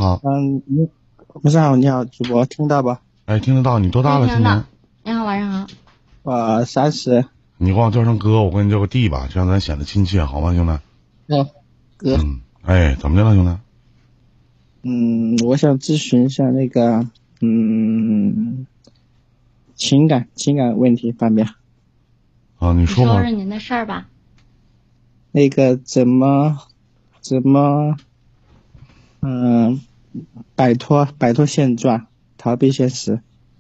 好。 晚上好，你好，主播听到吧？ 哎，听得到。你多大了？今年？ 你好，晚上好。 我30。 你管我叫声哥，我管你叫个弟吧，这样咱显得亲切，好吗，兄弟？ 哥。 哎，怎么的了，兄弟？我想咨询一下那个，情感问题方面。 你说吧。 说说您的事儿吧。 那个怎么，摆脱现状，逃避现实。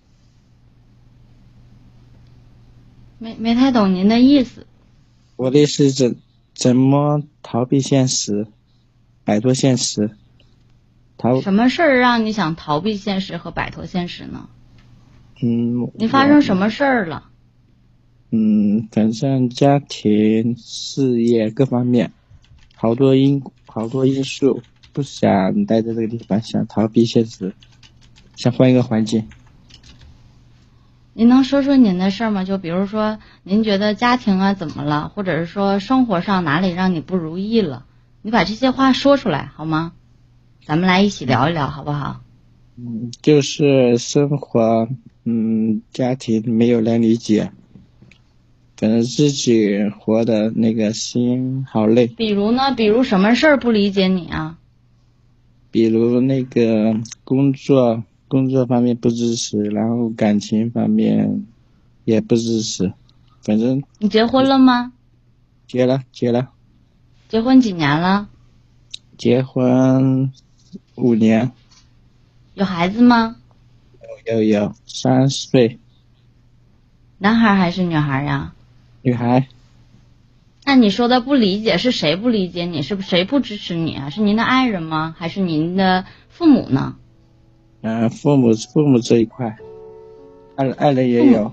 没太懂您的意思。 我的意思是怎么逃避现实，摆脱现实。 什么事儿让你想逃避现实和摆脱现实呢？你发生什么事儿了？ 反正家庭、事业各方面，好多因素，不想待在这个地方，想逃避现实，想换一个环境。 您能说说您的事儿吗？就比如说，您觉得家庭啊怎么了，或者是说生活上哪里让你不如意了，你把这些话说出来好吗？咱们来一起聊一聊，好不好？ 就是生活，家庭没有人理解，反正自己活的那个心好累。 比如呢？比如什么事儿不理解你啊？ 比如那个工作方面不支持，然后感情方面也不支持，反正。 你结婚了吗？ 结了。 结婚几年了？ 结婚5年。 有孩子吗？ 有3岁。 男孩还是女孩呀？ 女孩。 那你说的不理解是谁不理解你？是谁不支持你啊？是您的爱人吗？还是您的父母呢？ 父母这一块，爱人也有。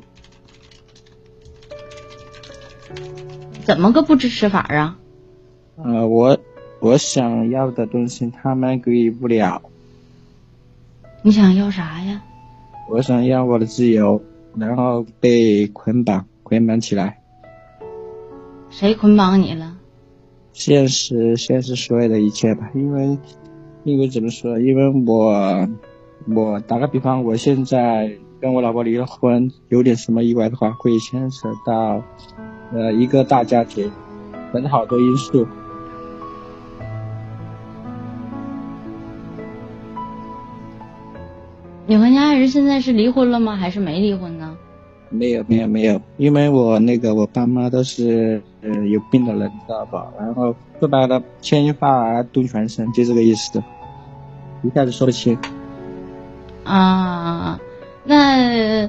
怎么个不支持法啊？ 我想要的东西他们给不了。 你想要啥呀？ 我想要我的自由，然后被捆绑起来。 谁捆绑你了？ 现实所有的一切吧，因为怎么说？因为我打个比方，我现在跟我老婆离了婚，有点什么意外的话，会牵扯到一个大家庭，反正好多因素。 你和你爱人现在是离婚了吗？还是没离婚呢？ 没有，因为我爸妈都是有病的人，知道吧？然后说白了，牵一发而动全身，就这个意思，一下子说不清。 那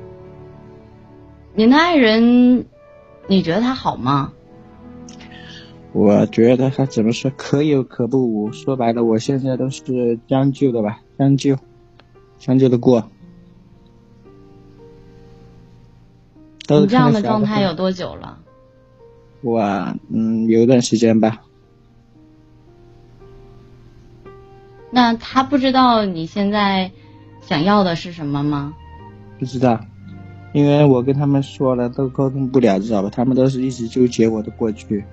您的爱人，你觉得他好吗？ 我觉得他怎么说，可有可不无。说白了，我现在都是将就的吧，将就的过。 你这样的状态有多久了？ 我有一段时间吧。 那他不知道你现在想要的是什么吗？ 不知道，因为我跟他们说了都沟通不了，知道吧？他们都是一直纠结我的过去。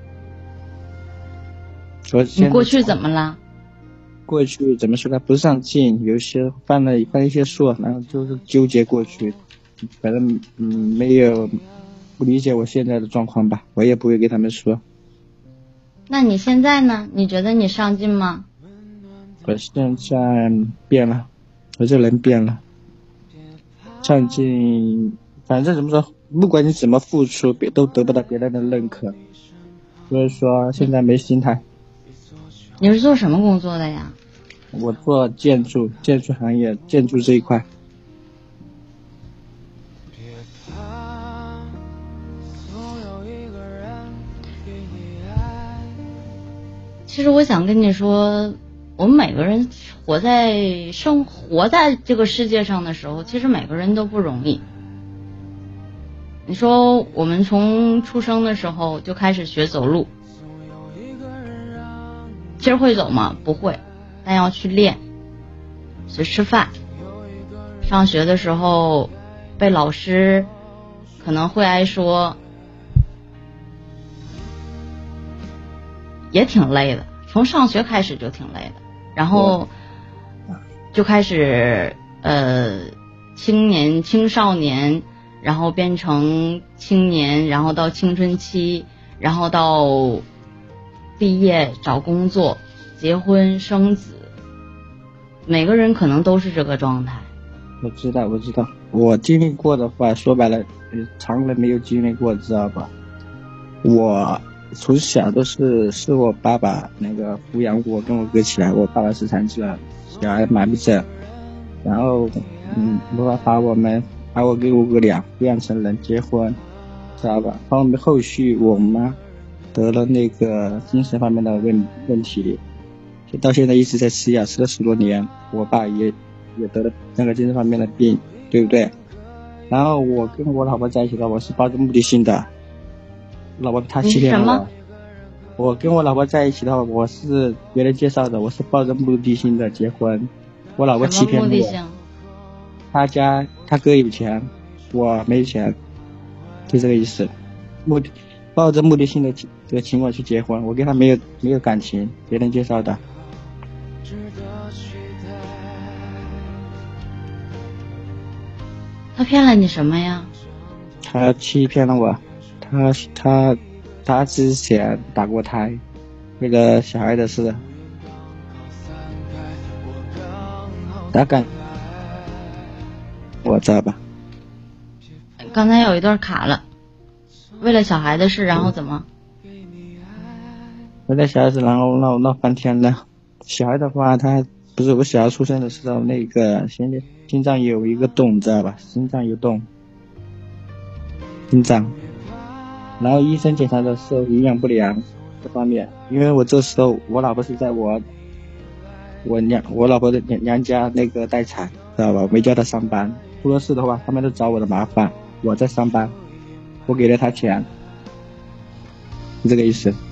你过去怎么了？ 过去怎么说呢？不上进，有些犯一些错，然后就是纠结过去。反正没有不理解我现在的状况吧，我也不会跟他们说。 那你现在呢？你觉得你上进吗？ 我现在变了，我这人变了，上进，反正怎么说，不管你怎么付出，都得不到别人的认可，所以说现在没心态。 你是做什么工作的呀？ 我做建筑行业，建筑这一块。 其实我想跟你说，我们每个人活在这个世界上的时候，其实每个人都不容易。你说我们从出生的时候就开始学走路，其实会走吗？不会，但要去练。学吃饭，上学的时候被老师可能会挨说，也挺累的，从上学开始就挺累的。然后就开始青年、青少年，然后变成青年，然后到青春期，然后到毕业找工作、结婚生子，每个人可能都是这个状态。 我知道，我经历过的话，说白了，常人没有经历过，知道吧？我从小都是我爸爸那个抚养我跟我哥起来，我爸爸是残疾人，小孩麻痹症，然后我把我跟我哥俩抚养成人，结婚，知道吧？后续我妈得了那个精神方面的问题，到现在一直在吃药，吃了10多年。我爸也得了那个精神方面的病，对不对？然后我跟我老婆在一起的，我是抱着目的性的，老婆她欺骗了我。我跟我老婆在一起的话，我是别人介绍的，我是抱着目的性的结婚。我老婆欺骗了我。他哥有钱，我没钱，就这个意思。抱着目的性的这个情况去结婚，我跟他没有感情，别人介绍的。 他骗了你什么呀？ 他欺骗了我，他之前打过胎，为了小孩的事，大概我知道吧。 刚才有一段卡了，为了小孩的事，然后怎么？ 为了小孩子，然后闹翻天了。小孩的话，他不是我小孩出生的时候，那个心脏有一个洞，知道吧？心脏有洞，心脏。然后医生检查的时候营养不良这方面，因为我这时候我老婆是在我老婆的娘家那个待产，知道吧？没叫她上班，出了事的话，他们都找我的麻烦。我在上班，我给了他钱，是这个意思。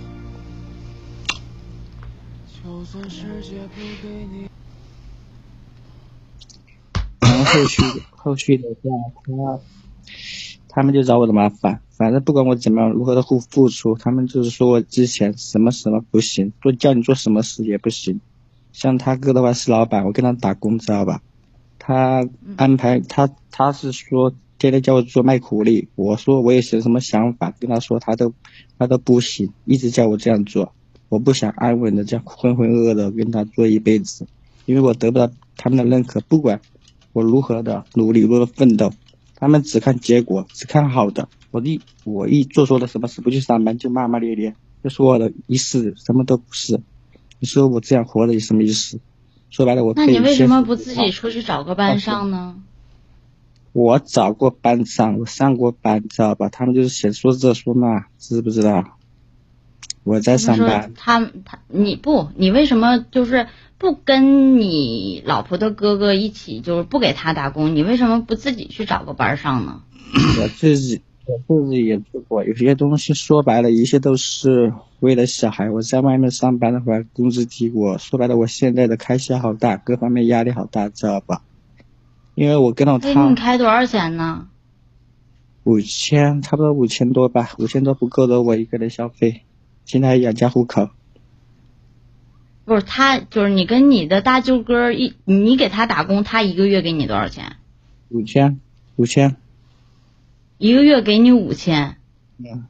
然后后续的话，他们就找我的麻烦。反正不管我怎么样如何的付出，他们就是说我之前什么不行，叫你做什么事也不行。像他哥的话是老板，我跟他打工，知道吧？他安排他是说天天叫我做卖苦力，我说我也是什么想法，跟他说他都不行，一直叫我这样做。我不想安稳的这样浑浑噩噩的跟他做一辈子，因为我得不到他们的认可，不管我如何的努力，如何奋斗，他们只看结果，只看好的。我一做错了什么事，不去上班就骂骂咧咧，就说我的一事什么都不是。你说我这样活着有什么意思？说白了， 那你为什么不自己出去找个班上呢？ 我找过班上，我上过班，知道吧？他们就是先说这说那，知不知道？我在上班。 你为什么就是不跟你老婆的哥哥一起，就是不给他打工？你为什么不自己去找个班上呢？ 我自己也做过，有些东西说白了，一切都是为了小孩。我在外面上班的话，工资低，我说白了，我现在的开销好大，各方面压力好大，知道吧？因为我跟到他。 给你开多少钱呢 ？5000，差不多5000多吧，5000多不够的我一个人消费，现在养家糊口。 不是他，就是你跟你的大舅哥你给他打工，他一个月给你多少钱 ？5000。 一个月给你5000。 嗯。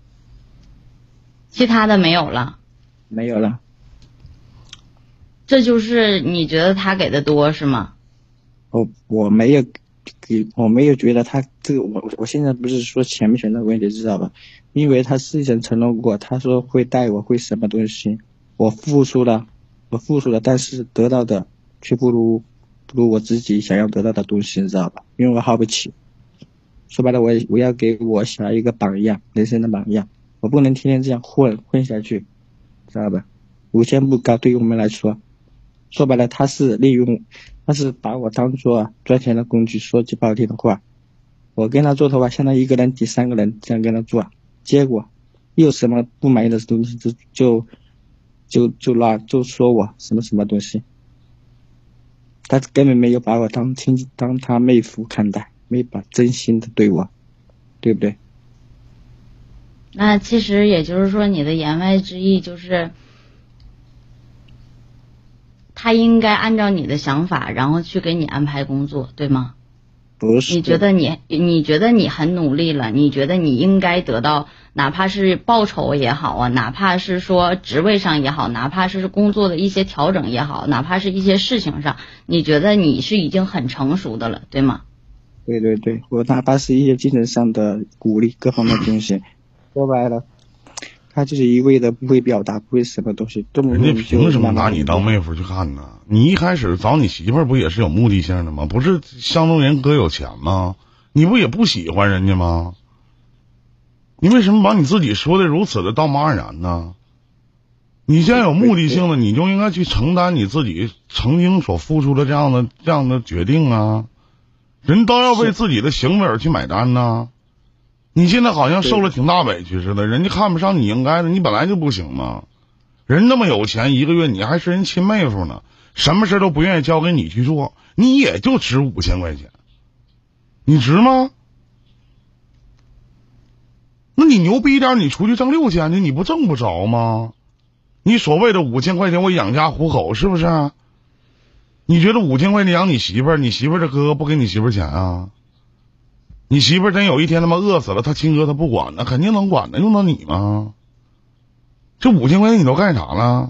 其他的没有了。 没有了。 这就是你觉得他给的多是吗？ 我没有觉得他这个我现在不是说钱不钱的问题，知道吧？因为他之前承诺过，他说会带我，会什么东西，我付出了，但是得到的却不如我自己想要得到的东西，你知道吧？因为我耗不起。说白了，我要给我小孩一个榜样，人生的榜样，我不能天天这样混下去，知道吧？5000不高，对于我们来说，说白了，他是把我当做赚钱的工具。说句不好听的话，我跟他做的话，相当于一个人抵3个人这样跟他做，结果又什么不满意的东西就说我什么东西，他根本没有把我当他妹夫看待，没把真心的对我，对不对？ 那其实也就是说，你的言外之意就是他应该按照你的想法，然后去给你安排工作，对吗？ 不是。 你觉得你很努力了，你觉得你应该得到，哪怕是报酬也好啊，哪怕是说职位上也好，哪怕是工作的一些调整也好，哪怕是一些事情上，你觉得你是已经很成熟的了，对吗？ 对对对，我哪怕是一些精神上的鼓励，各方面东西，说白了，他就是一味的不会表达，不会什么东西，动不动人家凭什么拿拿你当妹夫去看呢？你一开始找你媳妇儿不也是有目的性的吗？不是相中人哥有钱吗？你不也不喜欢人家吗？你为什么把你自己说的如此的道貌岸然呢？你既然有目的性的，你就应该去承担你自己曾经所付出的这样的决定啊！人都要为自己的行为而去买单呢。你现在好像受了挺大委屈似的，人家看不上你应该的，你本来就不行嘛。人那么有钱，一个月你还是人亲妹夫呢，什么事都不愿意交给你去做，你也就值5000块钱，你值吗？那你牛逼点，你出去挣6000去，你不挣不着吗？你所谓的5000块钱我养家糊口，是不是？你觉得5000块钱养你媳妇儿，你媳妇儿的哥哥不给你媳妇儿钱啊？你媳妇儿真有一天他妈饿死了，他亲哥他不管呢，肯定能管的，用到你吗？这5000块钱你都干啥了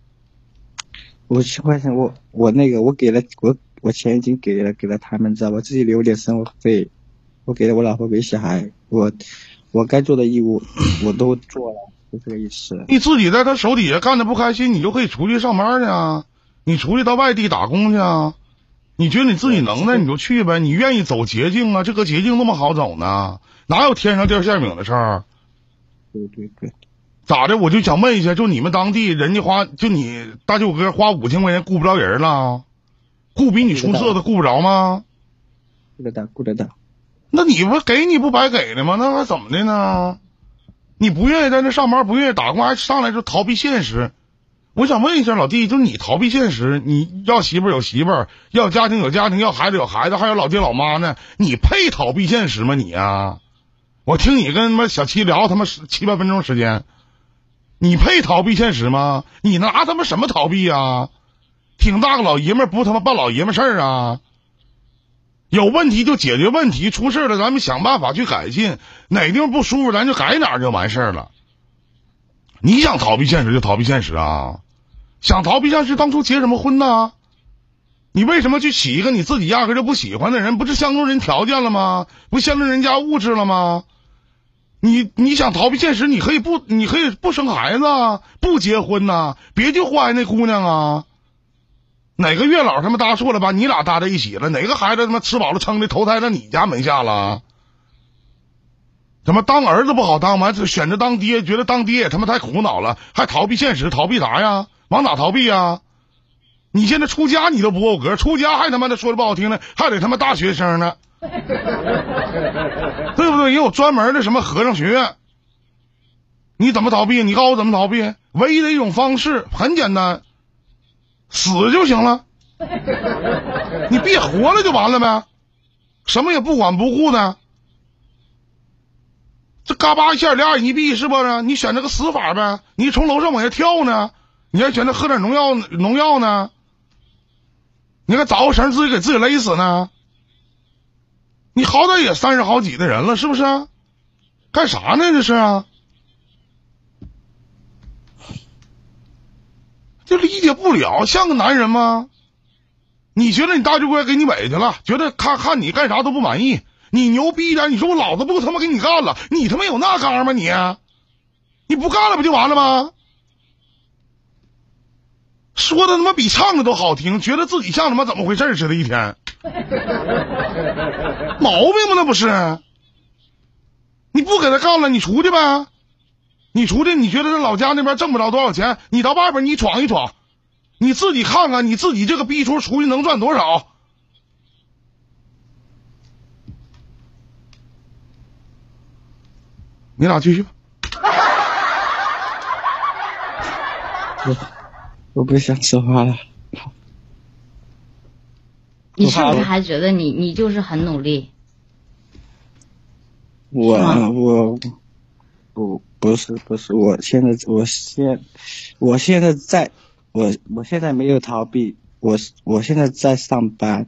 ？5000块钱我给了我钱已经给了他们，知道吧？我自己留点生活费，我给了我老婆给小孩，我该做的义务我都做了，就这个意思。 你自己在他手底下干的不开心，你就可以出去上班去啊，你出去到外地打工去啊。你觉得你自己能耐你就去呗，你愿意走捷径啊？这个捷径那么好走呢？哪有天上掉馅饼的事儿？ 对对对。 咋的？我就想问一下，就你们当地人家就你大舅哥花5000块钱雇不着人了，雇比你出色的雇不着吗？ 雇得到。 那你不给你不白给的吗？那还怎么的呢？你不愿意在那上班，不愿意打工，还上来就逃避现实。我想问一下老弟，就你逃避现实，你要媳妇儿有媳妇儿，要家庭有家庭，要孩子有孩子，还有老爹老妈呢，你配逃避现实吗你啊？我听你跟他妈小七聊他妈7-8分钟时间，你配逃避现实吗？你拿他妈什么逃避啊？挺大个老爷们儿不他妈办老爷们事儿啊？有问题就解决问题，出事了咱们想办法去改进，哪地方不舒服咱就改哪儿就完事儿了。你想逃避现实就逃避现实啊？想逃避现实当初结什么婚呢？你为什么去娶一个你自己压根就不喜欢的人？不是相中人条件了吗？不相中人家物质了吗？你想逃避现实，你可以不生孩子啊，不结婚呐，别去祸害那姑娘啊。哪个月老他妈搭错了，把你俩搭在一起了？哪个孩子他妈吃饱了撑的投胎到你家门下了？他妈当儿子不好当吗？选择当爹，觉得当爹也他妈太苦恼了，还逃避现实，逃避啥呀？往哪逃避呀？你现在出家你都不够格，出家还他妈的说的不好听呢，还得他妈大学生呢，对不对？也有专门的什么和尚学院，你怎么逃避？你告诉我怎么逃避？唯一的一种方式很简单，死就行了，你别活了就完了呗，什么也不管不顾的。这嘎巴一下俩眼一闭是不是？你选这个死法呗，你从楼上往下跳呢，你还选择喝点农药呢？你还找个绳自己给自己勒死呢？你好歹也30好几的人了，是不是？干啥呢这是啊？就理解不了，像个男人吗？你觉得你大舅哥给你委屈了，觉得看你干啥都不满意，你牛逼一点，你说我老子不他妈给你干了，你他妈有那杆吗你不干了不就完了吗？说的他妈比唱的都好听，觉得自己像他妈怎么回事似的，一天毛病吗？那不是？你不给他干了，你出去呗。你出去，你觉得在老家那边挣不着多少钱，你到外边你闯一闯，你自己看看你自己这个逼出去能赚多少。你俩继续吧。 我不想说话了。 你是不是还觉得你就是很努力？ 不是，我现在我现在没有逃避，我现在在上班，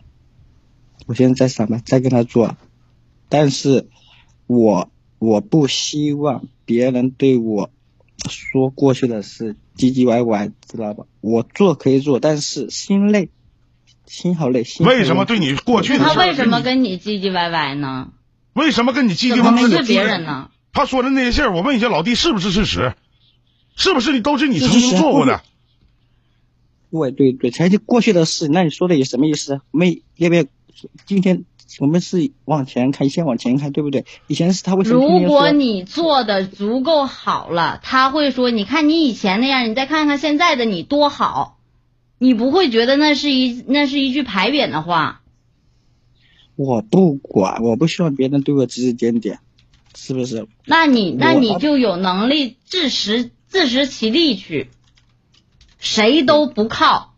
在跟他做，但是我不希望别人对我说过去的事唧唧歪歪，知道吧？我做可以做，但是心累，心好累。 为什么对你过去的事？ 他为什么跟你唧唧歪歪呢？ 为什么跟你唧唧歪歪？ 怎么没对别人呢？ 他说的那些事儿，我问一下老弟，是不是事实？是不是你都是你曾经做过的？ 对，才是过去的事。那你说的有什么意思？要不要今天我们是往前看，先往前看，对不对？以前是他为什么？ 如果你做的足够好了，他会说：“你看你以前那样，你再看看现在的你多好。”你不会觉得那是一句排贬的话。 我不管，我不希望别人对我指指点点，是不是？ 那你就有能力自食其力去，谁都不靠。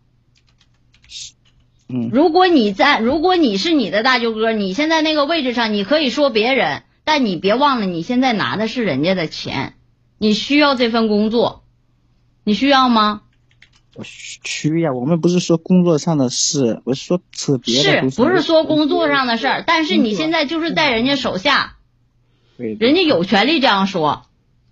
如果你是你的大舅哥，你现在那个位置上，你可以说别人，但你别忘了你现在拿的是人家的钱，你需要这份工作，你需要吗？ 我需要。我们不是说工作上的事，我是说扯别的。 不是说工作上的事儿，但是你现在就是在人家手下，人家有权利这样说。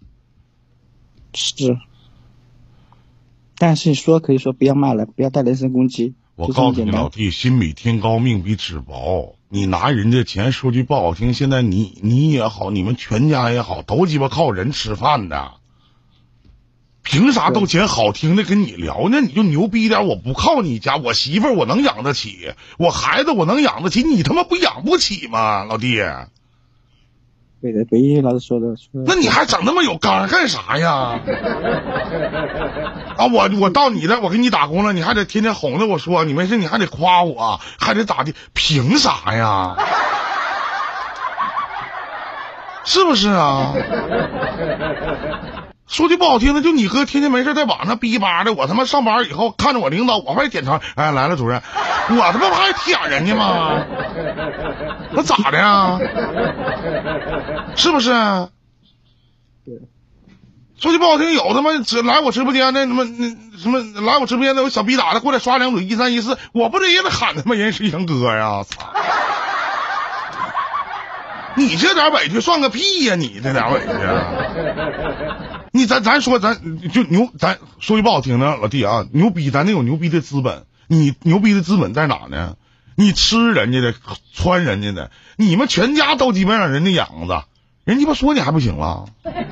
是，但是说可以说不要骂人，不要带人身攻击。 我告诉你老弟，心比天高，命比纸薄。你拿人家钱，说句不好听，现在你也好，你们全家也好，都鸡巴靠人吃饭的。凭啥都捡好听的跟你聊呢？你就牛逼点，我不靠你家，我媳妇儿我能养得起，我孩子我能养得起，你他妈不养不起吗，老弟？ 对的，对，老师说的。 那你还整那么有刚干啥呀？啊，我到你这，我给你打工了，你还得天天哄着我说，你没事你还得夸我，还得咋的？凭啥呀？是不是啊？说句不好听的，就你哥天天没事在网上逼吧的，我他妈上班以后看着我领导，我还点头，哎，来了主任，我他妈不还舔人家吗？那咋的呀？是不是？说句不好听，有他妈来我直播间的什么来我直播间的有小逼打的过来刷两嘴13、14，我不得也得喊他妈人是杨哥呀！操！你这点委屈算个屁呀！你这点委屈你咱说咱就咱说句不好听的，老弟啊，牛逼，咱得有牛逼的资本。你牛逼的资本在哪呢？你吃人家的，穿人家的，你们全家都基本上人家养着，人鸡巴说你还不行了？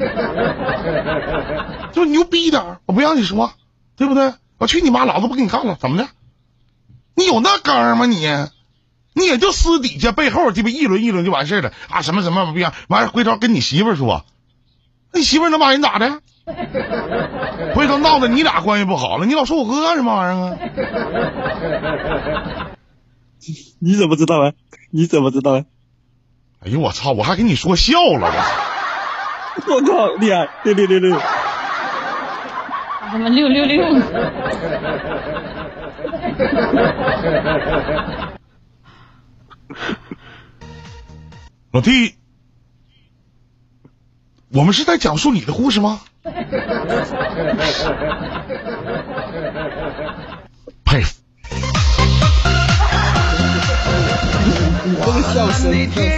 就牛逼点，我不让你说，对不对？我去你妈，老子不给你干了，怎么的？你有那刚吗你？你也就私底下背后鸡巴议论议论就完事了啊！什么什么不一样，完回头跟你媳妇说，那你媳妇能把人咋的？回头闹得你俩关系不好了，你老说我哥干什么玩意儿啊？ 你怎么知道啊？ 哎呦我操！我还给你说笑了， 我靠，厉害！666， 他妈666。 老弟，我们是在讲述你的故事吗？佩服。 这个笑声，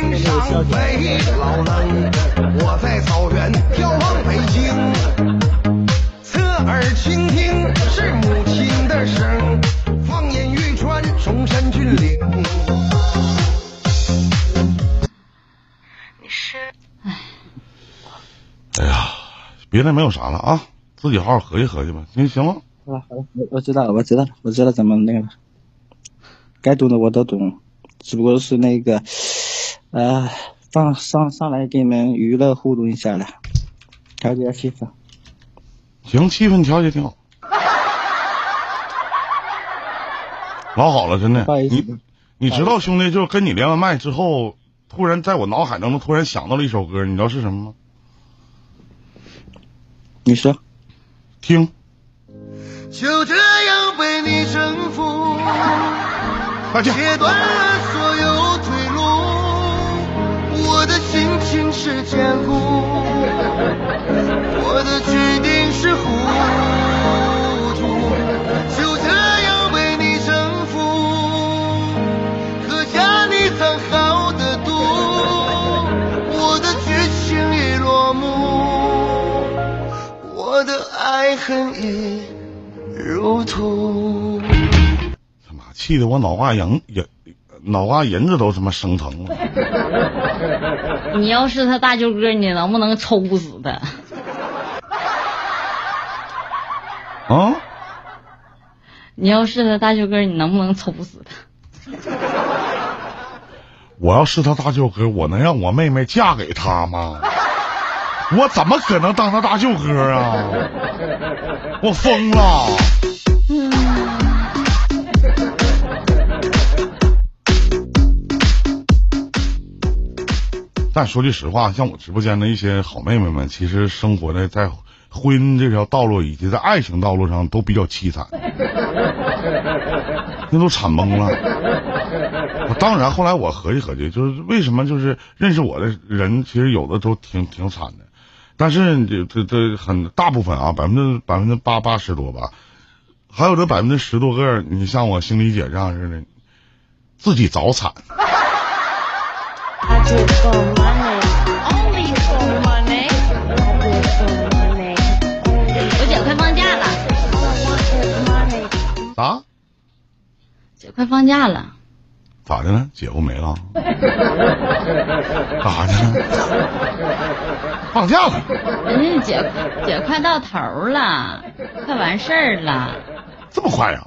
我在草原眺望北京，侧耳倾听是母亲的声，放眼欲穿崇山峻岭。 哎呀，别的没有啥了啊，自己好好合计合计吧。行吗？ 好了，我知道了怎么那个了，该懂的我都懂，只不过是那个上来给你们娱乐互动一下了，调节气氛。 行，气氛调节挺好，老好了，真的。你知道兄弟，就是跟你连完麦之后，突然在我脑海当中突然想到了一首歌，你知道是什么吗？ 你说。 听。 就这样被你征服，切断了所有退路，我的心情是坚固，我的决定是糊涂， 爱恨已如土。 他妈气得我脑瓜仁子都他妈生疼了。 你要是他大舅哥，你能不能抽死他？ 啊？ 你要是他大舅哥，你能不能抽死他？ 我要是他大舅哥，我能让我妹妹嫁给他吗？我怎么可能当他大舅哥啊？我疯了！但说句实话，像我直播间的一些好妹妹们，其实生活的在婚姻这条道路以及在爱情道路上都比较凄惨，那都惨懵了。当然后来我合计合计，就是为什么就是认识我的人其实有的都挺惨的，但是这很大部分啊80%多吧，还有这10%多个，你像我心理姐这样似的自己早惨。 我姐快放假了。 啥？ 姐快放假了。 咋的呢？姐夫没了？干啥去了？放假了。 人家姐快到头了，快完事儿了。 这么快呀？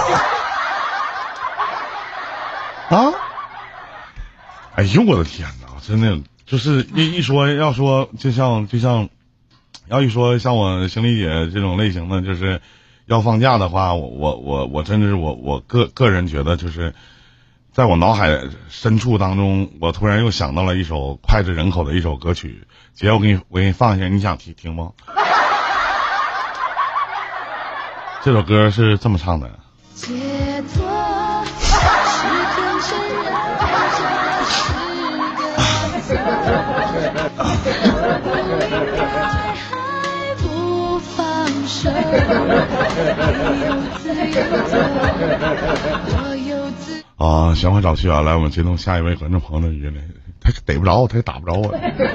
啊？哎呦我的天哪！真的就是一说要说就像要一说像我邢丽姐这种类型的，就是要放假的话，我真的是我个人觉得，就是在我脑海深处当中，我突然又想到了一首脍炙人口的一首歌曲。姐，我给你放一下，你想听吗？这首歌是这么唱的。解脱是跟承认还不放手，啊，闲话少叙啊，来，我们接通下一位观众朋友的语音来，他逮不着，他也打不着我。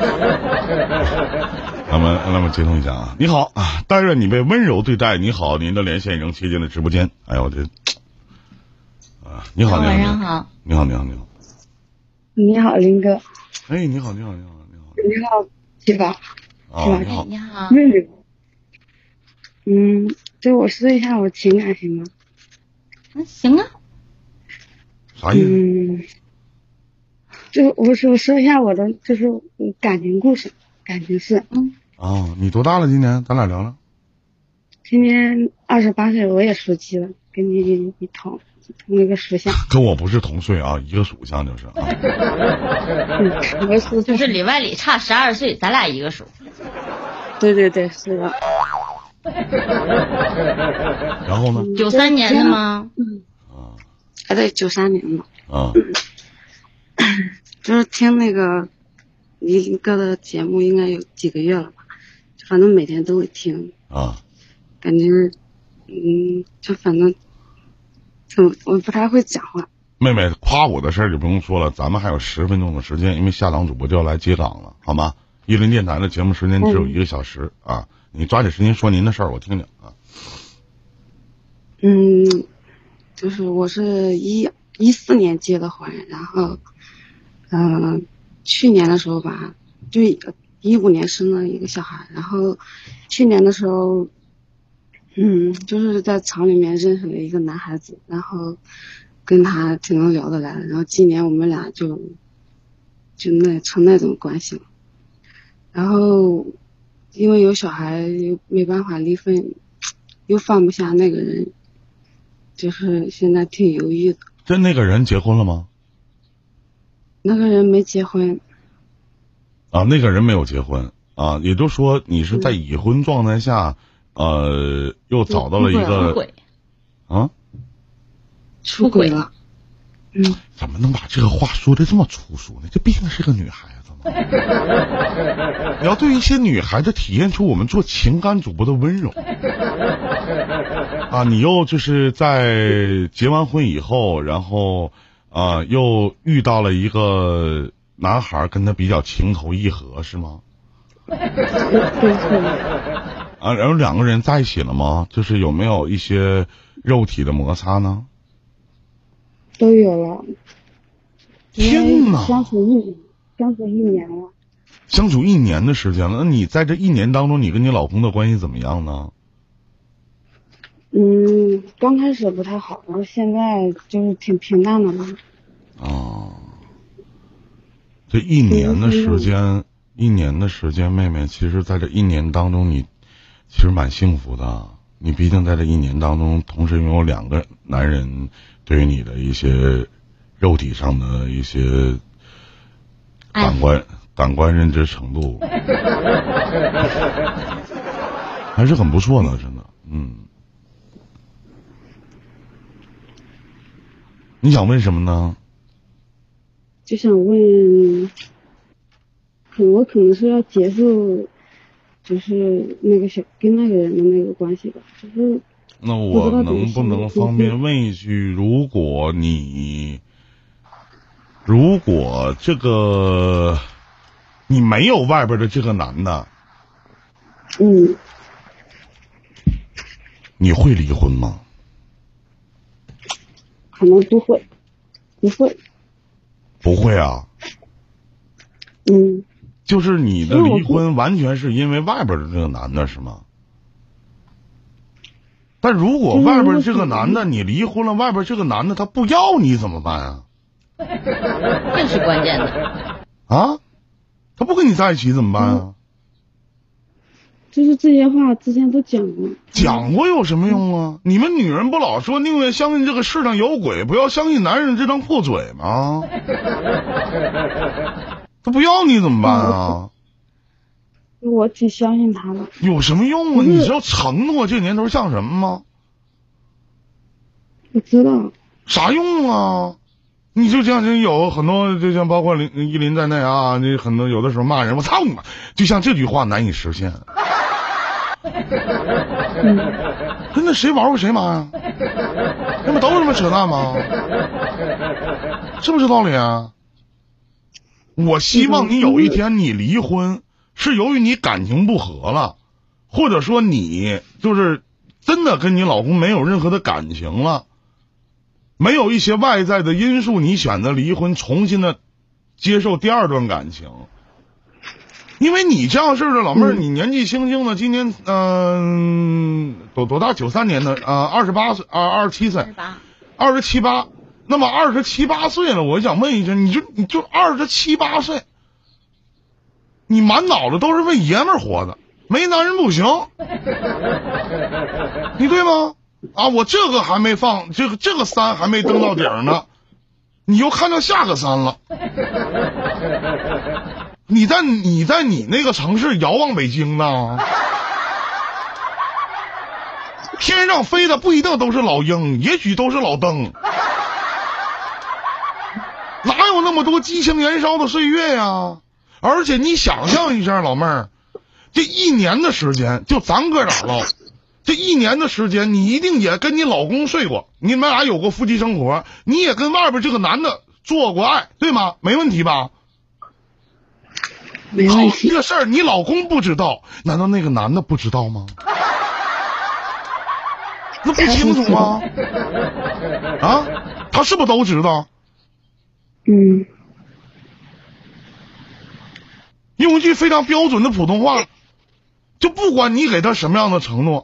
那么接通一下啊，你好啊，但愿你被温柔对待。你好，您的连线已经接进了直播间。哎呦我这啊，你好， 晚上好， 你好， 你好，林哥。 哎，你好， 你好，七宝。 啊，你好， 你好。 就我说一下我情感行吗？ 行啊。 啥意思？ 就我说一下我的就是感情故事，感情事。 你多大了？今年咱俩聊聊。 今年28岁，我也属鸡了，跟你同一个属相。 跟我不是同岁啊，一个属相就是啊。 我属就是里外里差12岁，咱俩一个属。 对，是的。 然后呢 ？93年的吗？ 对，93年的。就是听那个一个的节目，应该有几个月了吧，就反正每天都会听感觉就反正我不太会讲话。 妹妹，夸我的事儿就不用说了，咱们还有10分钟的时间，因为下档主播就要来接档了，好吗？一轮电台的节目时间只有1个小时啊，你抓紧时间说您的事儿，我听听啊。 就是我是14年结的婚，然后去年的时候吧，就15年生了一个小孩，然后去年的时候就是在厂里面认识了一个男孩子，然后跟他挺能聊得来的，然后今年我们俩就成那种关系了，然后因为有小孩又没办法离婚，又放不下那个人，就是现在挺犹豫的。 那个人结婚了吗？ 那个人没结婚。 啊，那个人没有结婚啊，也就是说你是在已婚状态下，又找到了一个出轨了。 怎么能把这个话说的这么粗俗呢？这毕竟是个女孩子嘛。你要对一些女孩子体现出我们做情感主播的温柔啊！你又就是在结完婚以后，然后又遇到了一个男孩，跟他比较情投意合，是吗？ 对。 啊，然后2个人在一起了吗？就是有没有一些肉体的摩擦呢？ 都有了。 天哪！ 相处一年了。 相处1年的时间了，那你在这1年当中，你跟你老公的关系怎么样呢？ 刚开始不太好，然后现在就是挺平淡的了。 哦，这1年的时间，1年的时间，妹妹，其实在这1年当中，你其实蛮幸福的。你毕竟在这1年当中，同时拥有2个男人对于你的一些肉体上的一些感官认知程度，还是很不错的，真的。你想问什么呢？ 就想问，我可能是要结束，就是跟那个人的那个关系吧，就是那我能不能方便问一句，如果这个你没有外边的这个男的，你会离婚吗？ 可能不会。 不会啊。就是你的离婚完全是因为外边的这个男的是吗？但如果外边这个男的你离婚了，外边这个男的他不要你怎么办啊？ 这是关键的啊，他不跟你在一起怎么办啊？ 就是这些话之前都讲过。 讲过有什么用啊？你们女人不老说宁愿相信这个世上有鬼，不要相信男人这张破嘴吗？他不要你怎么办啊？ 我挺相信他的。 有什么用啊？你知道承诺这年头像什么吗？ 我知道。 啥用啊？你就像有很多，就像包括依林在内啊，你很多有的时候骂人，我操你妈！就像这句话难以实现。真的谁玩过谁妈呀？那不都这么扯淡吗？是不是道理啊？我希望你有一天你离婚是由于你感情不和了，或者说你就是真的跟你老公没有任何的感情了，没有一些外在的因素，你选择离婚，重新的接受第2段感情。因为你这样式的老妹儿，你年纪轻轻的，今年多大？93年的28岁27岁，27、8。那么27、8岁了，我想问一句，你就27、8岁，你满脑子都是为爷们儿活的，没男人不行，你对吗？啊，我这个还没放，这个3还没登到顶呢，你又看到下个3了。你在你那个城市遥望北京呢？天上飞的不一定都是老鹰，也许都是老登。哪有那么多激情燃烧的岁月呀？而且你想象一下，老妹儿，这1年的时间，就咱哥俩了，这1年的时间，你一定也跟你老公睡过，你们俩有过夫妻生活，你也跟外边这个男的做过爱，对吗？没问题吧？ 没问题。 这个事儿你老公不知道，难道那个男的不知道吗？那不清楚吗？啊，他是不是都知道？用一句非常标准的普通话，就不管你给他什么样的承诺，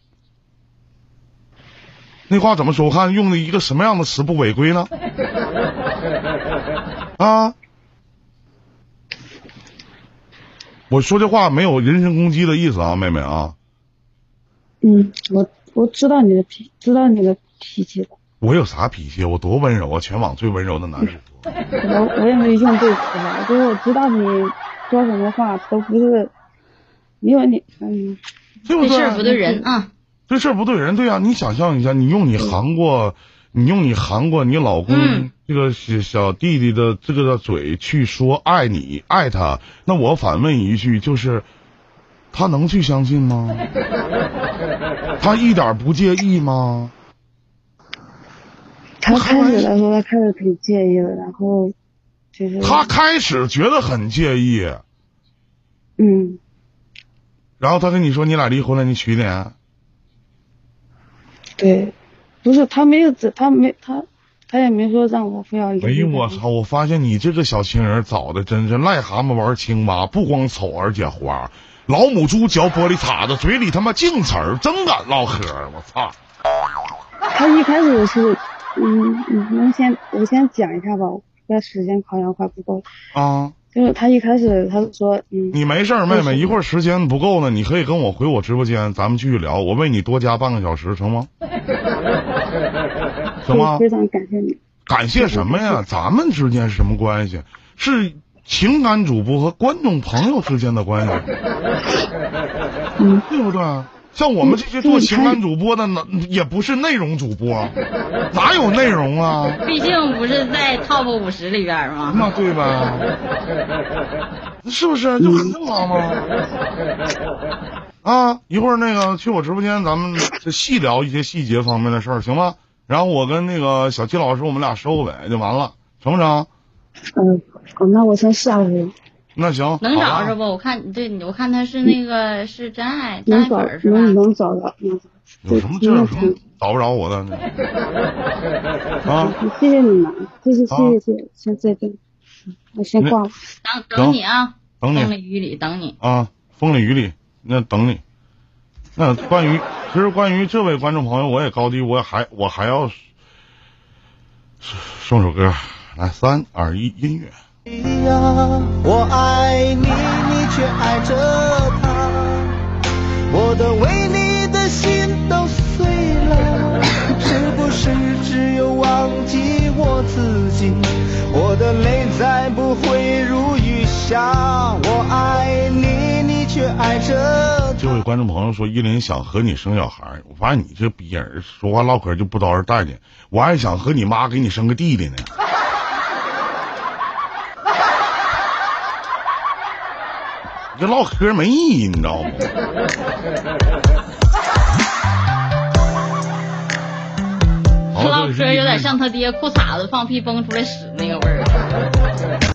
那话怎么说？我看用的一个什么样的词不违规呢？啊，我说这话没有人身攻击的意思啊，妹妹啊。 我知道你的脾气的。 我有啥脾气？我多温柔啊！全网最温柔的男主。 我也没用对词吧，就是我知道你说什么话都不是，因为你对不对？ 这事儿不对人啊！ 这事儿不对人，对啊！你想象一下，你用你含过你老公这个小弟弟的这个嘴去说爱你爱他，那我反问一句，就是他能去相信吗？他一点不介意吗？ 他开始来说，他开始挺介意的，然后就是他开始觉得很介意。 然后他跟你说你俩离婚了，你娶你？ 对，不是他没有他也没说让我非要离婚。 哎呦我操！我发现你这个小情人找的真是癞蛤蟆玩青蛙，不光丑而且花，老母猪嚼玻璃碴子，嘴里他妈净词儿，真敢唠嗑！我操！ 他一开始是，我先讲一下吧，这时间好像快不够啊。 就是他一开始他就说， 你没事妹妹，一会儿时间不够呢，你可以跟我回我直播间，咱们继续聊，我为你多加半个小时，成吗？行吗？ 非常感谢你。 感谢什么呀？咱们之间是什么关系？是情感主播和观众朋友之间的关系，对不对？像我们这些做情感主播的呢，也不是内容主播，哪有内容啊？ 毕竟不是在 top 50里边吗？ 那对吧？是不是就很正常吗？啊，一会儿那个去我直播间，咱们细聊一些细节方面的事儿，行吗？然后我跟那个小七老师，我们俩收尾就完了，成不成？ 那我先下去。 那行， 能找是不？我看我看他是那个是真爱粉是吧？ 能找到。 有什么这有什么找不着我的？啊！ 谢谢你们，谢谢，先再见，我先挂了。 等你啊， 等你， 风里雨里等你啊，风里雨里那等你。那关于这位观众朋友，我也高低，我还要送首歌，来3、2、1，音乐。 我爱你，你却爱着他，我的为你的心都碎了，是不是只有忘记我自己，我的泪再不会如雨下，我爱你，你却爱着他。 这位观众朋友说依林想和你生小孩，我发现你这逼人，说话唠嗑就不招人待见，我还想和你妈给你生个弟弟呢。这唠嗑没意义，你知道吗？ 唠嗑有点像他爹裤衩子放屁崩出来屎那个味儿。